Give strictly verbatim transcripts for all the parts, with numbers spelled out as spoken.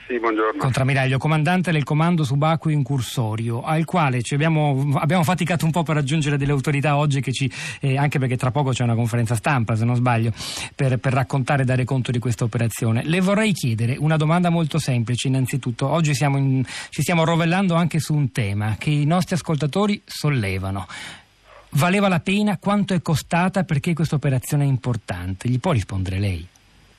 Sì, buongiorno. Contrammiraglio, comandante del comando subacqueo incursorio, al quale ci abbiamo, abbiamo faticato un po' per raggiungere delle autorità oggi, che ci, eh, anche perché tra poco c'è una conferenza stampa, se non sbaglio, per, per raccontare e dare conto di questa operazione. Le vorrei chiedere una domanda molto semplice. Innanzitutto, oggi siamo in, ci stiamo rovellando anche su un tema che i nostri ascoltatori sollevano. Valeva la pena? Quanto è costata? Perché questa operazione è importante? Gli può rispondere lei?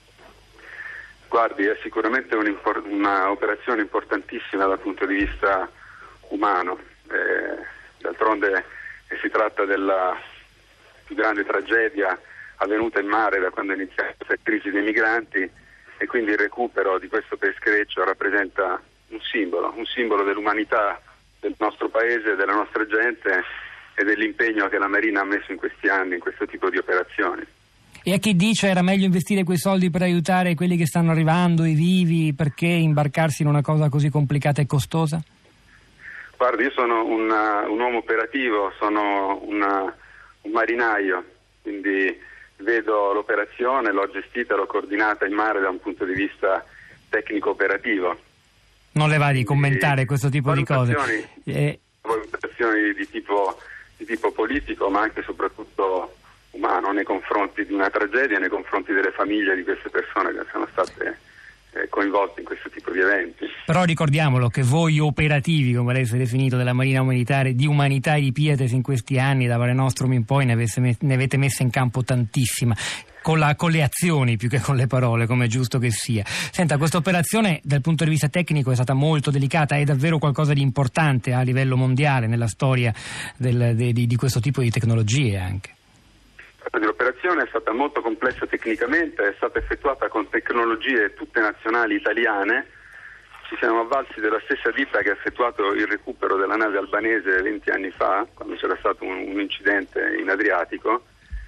Guardi, è sicuramente un'operazione importantissima dal punto di vista umano. Eh, d'altronde eh, si tratta della più grande tragedia avvenuta in mare da quando è iniziata la crisi dei migranti, e quindi il recupero di questo peschereccio rappresenta un simbolo, un simbolo dell'umanità del nostro paese, della nostra gente e dell'impegno che la Marina ha messo in questi anni in questo tipo di operazioni. E a chi dice era meglio investire quei soldi per aiutare quelli che stanno arrivando, i vivi, perché imbarcarsi in una cosa così complicata e costosa? Guardi, io sono una, un uomo operativo, sono una, un marinaio, quindi vedo l'operazione, l'ho gestita, l'ho coordinata in mare da un punto di vista tecnico-operativo. Non le va di commentare questo tipo di cose? Eh... Valutazioni di tipo, di tipo politico, ma anche e soprattutto umano, nei confronti di una tragedia, nei confronti delle famiglie di queste persone che sono state eh, coinvolte in questo tipo di eventi. Però ricordiamolo che voi operativi, come lei si è definito, della Marina Militare, di umanità e di pietas in questi anni, da Mare Nostrum in poi, ne, avesse, ne avete messa in campo tantissima, con, la, con le azioni più che con le parole, come è giusto che sia. Senta, questa operazione dal punto di vista tecnico è stata molto delicata, è davvero qualcosa di importante a livello mondiale nella storia del, de, di, di questo tipo di tecnologie anche. L'operazione è stata molto complessa tecnicamente, è stata effettuata con tecnologie tutte nazionali italiane. Ci siamo avvalsi della stessa ditta che ha effettuato il recupero della nave albanese venti anni fa, quando c'era stato un, un incidente in Adriatico.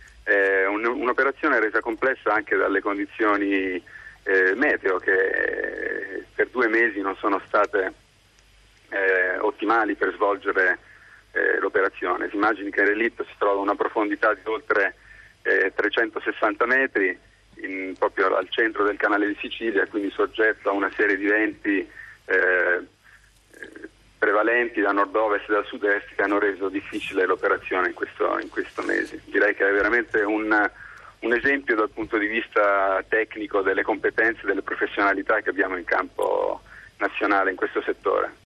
È un, un'operazione resa complessa anche dalle condizioni eh, meteo, che eh, per due mesi non sono state eh, ottimali per svolgere eh, l'operazione. Si immagini che Relitto si trova a una profondità di oltre Eh, trecentosessanta metri, in, proprio al centro del canale di Sicilia, quindi soggetto a una serie di venti eh, prevalenti da nord-ovest e da sud-est, che hanno reso difficile l'operazione in questo, in questo mese. Direi che è veramente un, un esempio dal punto di vista tecnico delle competenze e delle professionalità che abbiamo in campo nazionale in questo settore.